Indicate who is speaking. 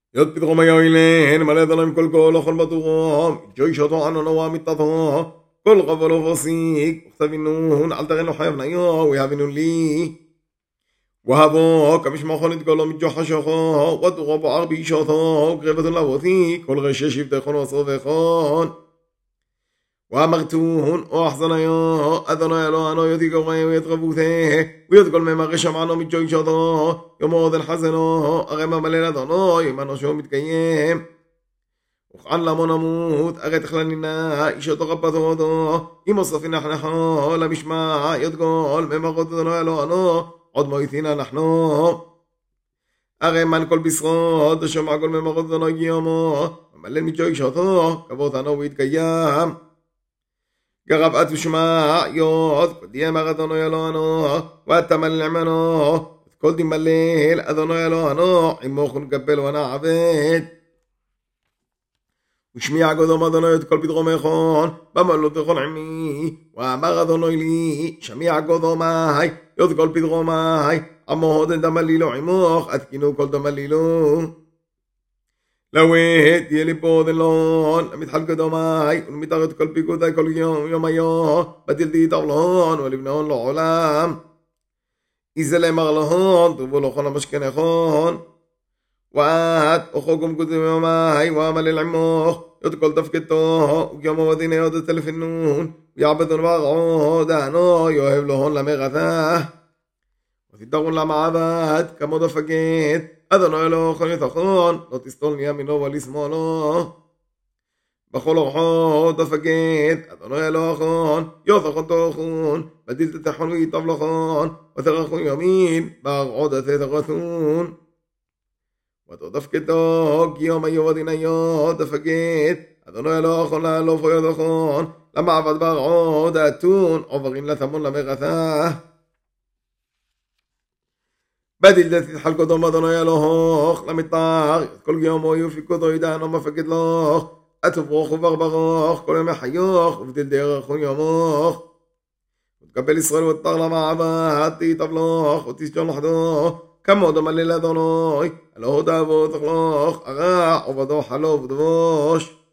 Speaker 1: יוד פתחום היוילן, מלא דלם כל אוכל בטורום, ג'וי שוטו ענונו ומיטתו, כל רבו לא פוסיק, וכתבינון, אל תרנו חייב ניו, ויהבינון לי. وهبو كمشمخون تقولوا متجو حشخو وتغبو عربي شوثو قريبة لوثي كل غشاش يفتخون وصوفخون وامغتوهن واحزن يا اذنا يلو انا يديك ويتغبوثه ويتقول ما غشم عنه متجو شوثو يوم هذا الحزنو اغيما ملينا ذنو يمانو شو متكيم وقعن لما نموت اغي تخلننا ايشو تغبثو ذو يمصفنا حنحو لمشمع يتقول ما غدنا يلو انا עוד מויתינה אנחנו הרי מן כל בשרות שומע כל ממרות זנו הגיומו ומלן מתשוי שאותו כבוד ענו והתקיים גרב את ושמע יוד קודי אמר אדונו ילונו ותמל נעמנו את כל דמלל אדונו ילונו עמוך נקבל ונעבד ושמיע קודם אדונו את כל פתחו מכון במלות תכון עמי ואמר אדונו לי שמיע קודמי יוד כל פתחומי עמוד דמלילו עמוך עדכנו כל דמלילו לוהט יהיה לי פה דלון למתחל קודמי ולמתחת כל פיקודי כל יום היום בטלתי תבלון ולבנון לעולם איזה למר להון טובו לכון המשכנכון ואת אוכו קודם יומי ועמל עמוך יוד כל תפקתו וגיום ודין יוד תלפנון ויעבדון ורעו דענו יאהב להון למרתה ותתרון למעבד כמו דפקת אדונו אלוהון יתכון לא תסתול מימינו ולשמאלו בכל אורחו דפקת אדונו אלוהון יתכון תוכון בדיל תתחון ויטב לכון ותרחון ימין ברעוד תתרתון ותדפקתו גיום היודין היוד דפקת אדונו אלוהון לאלוף ויתכון למעבד ברעוד אתון עוברין לתמון למרתה בדיל תתחל קודם אדונו אלוהוך למתר כל יומו יופיקותו ידענו מפקד לך אתוברוך וברברוך כל ימי חיוך ובדיל דרכון יומוך ותקבל ישראל ותר למעבד תיטב לך ותסג'ון לחדו כמו דמליל אדוני אלוהו דאבו תחלוך הרע עובדו חלוב דבוש